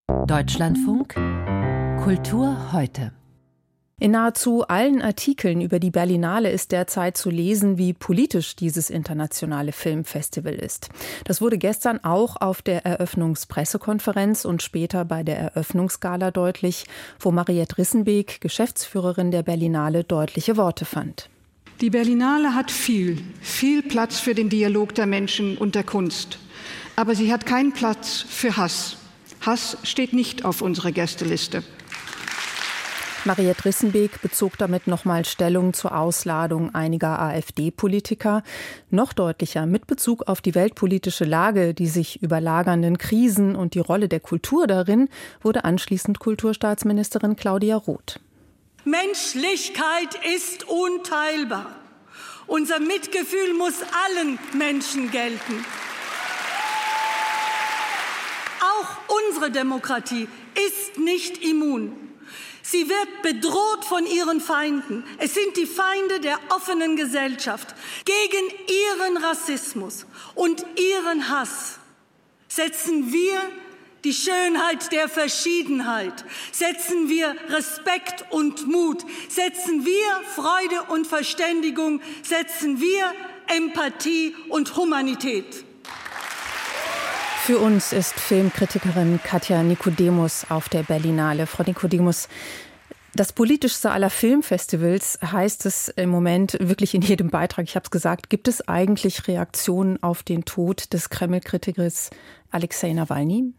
Deutschlandfunk Kultur heute. In nahezu allen Artikeln über die Berlinale ist derzeit zu lesen, wie politisch dieses internationale Filmfestival ist. Das wurde gestern auch auf der Eröffnungspressekonferenz und später bei der Eröffnungsgala deutlich, wo Mariette Rissenbeek, Geschäftsführerin der Berlinale, deutliche Worte fand. Die Berlinale hat viel Platz für den Dialog der Menschen und der Kunst. Aber sie hat keinen Platz für Hass. Hass steht nicht auf unserer Gästeliste. Mariette Rissenbeek bezog damit nochmal Stellung zur Ausladung einiger AfD-Politiker. Noch deutlicher mit Bezug auf die weltpolitische Lage, die sich überlagernden Krisen und die Rolle der Kultur darin, wurde anschließend Kulturstaatsministerin Claudia Roth. Menschlichkeit ist unteilbar. Unser Mitgefühl muss allen Menschen gelten. Auch unsere Demokratie ist nicht immun. Sie wird bedroht von ihren Feinden. Es sind die Feinde der offenen Gesellschaft. Gegen ihren Rassismus und ihren Hass setzen wir die Schönheit der Verschiedenheit, setzen wir Respekt und Mut, setzen wir Freude und Verständigung, setzen wir Empathie und Humanität. Für uns ist Filmkritikerin Katja Nicodemus auf der Berlinale. Frau Nicodemus, das politischste aller Filmfestivals heißt es im Moment wirklich in jedem Beitrag. Ich habe es gesagt, gibt es eigentlich Reaktionen auf den Tod des Kreml-Kritikers Alexei Nawalny?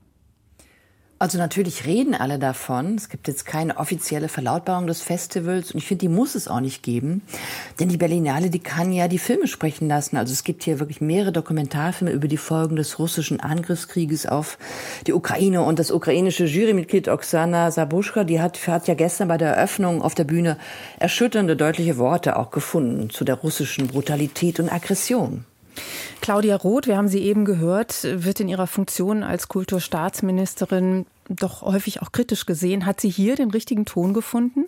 Also natürlich reden alle davon. Es gibt jetzt keine offizielle Verlautbarung des Festivals und ich finde, die muss es auch nicht geben. Denn die Berlinale, die kann ja die Filme sprechen lassen. Also es gibt hier wirklich mehrere Dokumentarfilme über die Folgen des russischen Angriffskrieges auf die Ukraine. Und das ukrainische Jurymitglied Oksana Sabushka, die hat ja gestern bei der Eröffnung auf der Bühne erschütternde, deutliche Worte auch gefunden zu der russischen Brutalität und Aggression. Claudia Roth, wir haben sie eben gehört, wird in ihrer Funktion als Kulturstaatsministerin doch häufig auch kritisch gesehen. Hat sie hier den richtigen Ton gefunden?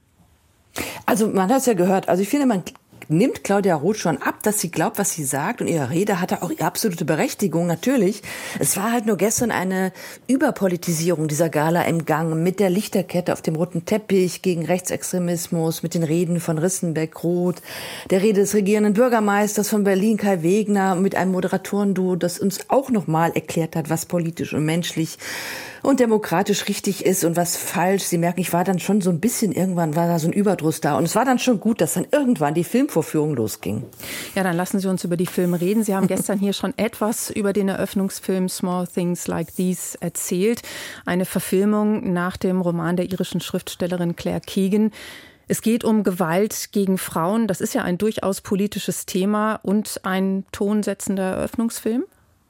Also man hat es ja gehört. Also ich finde, man nimmt Claudia Roth schon ab, dass sie glaubt, was sie sagt. Und ihre Rede hatte auch ihre absolute Berechtigung, natürlich. Es war halt nur gestern eine Überpolitisierung dieser Gala im Gang mit der Lichterkette auf dem roten Teppich gegen Rechtsextremismus, mit den Reden von Rissenbeek, Roth, der Rede des regierenden Bürgermeisters von Berlin, Kai Wegner, mit einem Moderatorenduo, das uns auch nochmal erklärt hat, was politisch und menschlich und demokratisch richtig ist und was falsch. Sie merken, ich war dann schon so ein bisschen, irgendwann war da so ein Überdruss da. Und es war dann schon gut, dass dann irgendwann die Filmvorführung losging. Ja, dann lassen Sie uns über die Filme reden. Sie haben gestern hier schon etwas über den Eröffnungsfilm Small Things Like These erzählt. Eine Verfilmung nach dem Roman der irischen Schriftstellerin Claire Keegan. Es geht um Gewalt gegen Frauen. Das ist ja ein durchaus politisches Thema und ein tonsetzender Eröffnungsfilm.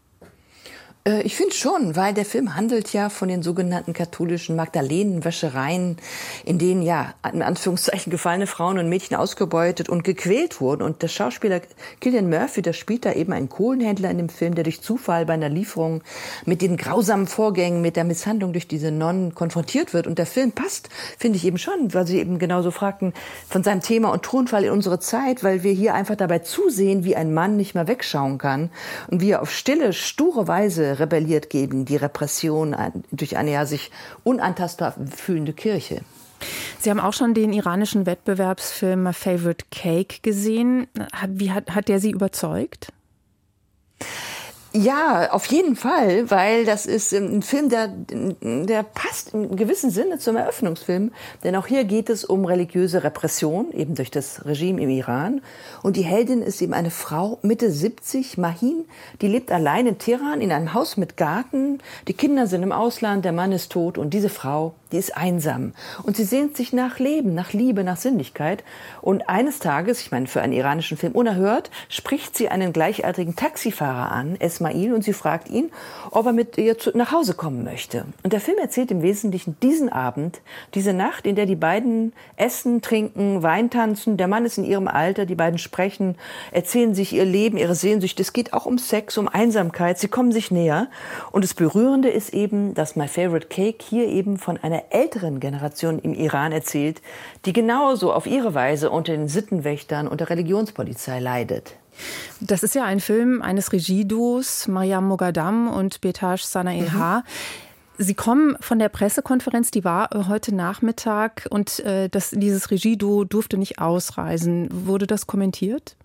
Ich finde schon, weil der Film handelt ja von den sogenannten katholischen Magdalenenwäschereien, in denen ja in Anführungszeichen gefallene Frauen und Mädchen ausgebeutet und gequält wurden. Und der Schauspieler Cillian Murphy, der spielt da eben einen Kohlenhändler in dem Film, der durch Zufall bei einer Lieferung mit den grausamen Vorgängen, mit der Misshandlung durch diese Nonnen konfrontiert wird. Und der Film passt, finde ich eben schon, weil Sie eben genauso fragten, von seinem Thema und Tonfall in unsere Zeit, weil wir hier einfach dabei zusehen, wie ein Mann nicht mehr wegschauen kann und wie er auf stille, sture Weise rebelliert gegen die Repression durch eine ja sich unantastbar fühlende Kirche. Sie haben auch schon den iranischen Wettbewerbsfilm My Favorite Cake gesehen. Wie hat der Sie überzeugt? Ja, auf jeden Fall, weil das ist ein Film, der passt in gewissem Sinne zum Eröffnungsfilm. Denn auch hier geht es um religiöse Repression, eben durch das Regime im Iran. Und die Heldin ist eben eine Frau, Mitte 70, Mahin, die lebt allein in Teheran in einem Haus mit Garten. Die Kinder sind im Ausland, der Mann ist tot und diese Frau, die ist einsam. Und sie sehnt sich nach Leben, nach Liebe, nach Sinnlichkeit. Und eines Tages, ich meine für einen iranischen Film unerhört, spricht sie einen gleichaltrigen Taxifahrer an, Esmail, und sie fragt ihn, ob er mit ihr nach Hause kommen möchte. Und der Film erzählt im Wesentlichen diesen Abend, diese Nacht, in der die beiden essen, trinken, Wein tanzen. Der Mann ist in ihrem Alter, die beiden sprechen, erzählen sich ihr Leben, ihre Sehnsucht. Es geht auch um Sex, um Einsamkeit. Sie kommen sich näher. Und das Berührende ist eben, dass My Favorite Cake hier eben von einer älteren Generation im Iran erzählt, die genauso auf ihre Weise unter den Sittenwächtern und der Religionspolizei leidet. Das ist ja ein Film eines Regieduos, Maryam Moghaddam und Behtash Sanaa-Ilhar. Sie kommen von der Pressekonferenz, die war heute Nachmittag, und dieses Regieduo durfte nicht ausreisen. Wurde das kommentiert?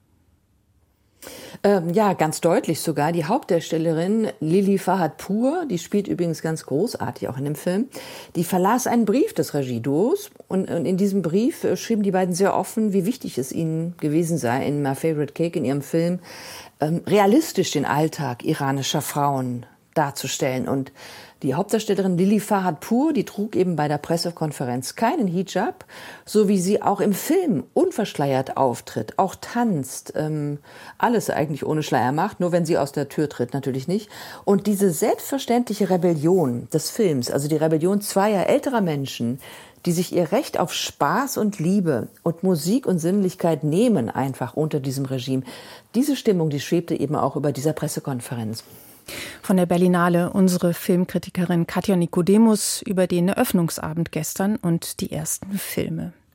Ja, ganz deutlich sogar. Die Hauptdarstellerin Lili Fahadpour, die spielt übrigens ganz großartig auch in dem Film, die verlas einen Brief des Regieduos und in diesem Brief schrieben die beiden sehr offen, wie wichtig es ihnen gewesen sei, in My Favorite Cake, in ihrem Film, realistisch den Alltag iranischer Frauen darzustellen. Und die Hauptdarstellerin Lili Fahadpour, die trug eben bei der Pressekonferenz keinen Hijab, so wie sie auch im Film unverschleiert auftritt, auch tanzt, alles eigentlich ohne Schleier macht, nur wenn sie aus der Tür tritt, natürlich nicht. Und diese selbstverständliche Rebellion des Films, also die Rebellion zweier älterer Menschen, die sich ihr Recht auf Spaß und Liebe und Musik und Sinnlichkeit nehmen, einfach unter diesem Regime. Diese Stimmung, die schwebte eben auch über dieser Pressekonferenz. Von der Berlinale unsere Filmkritikerin Katja Nikodemus über den Eröffnungsabend gestern und die ersten Filme.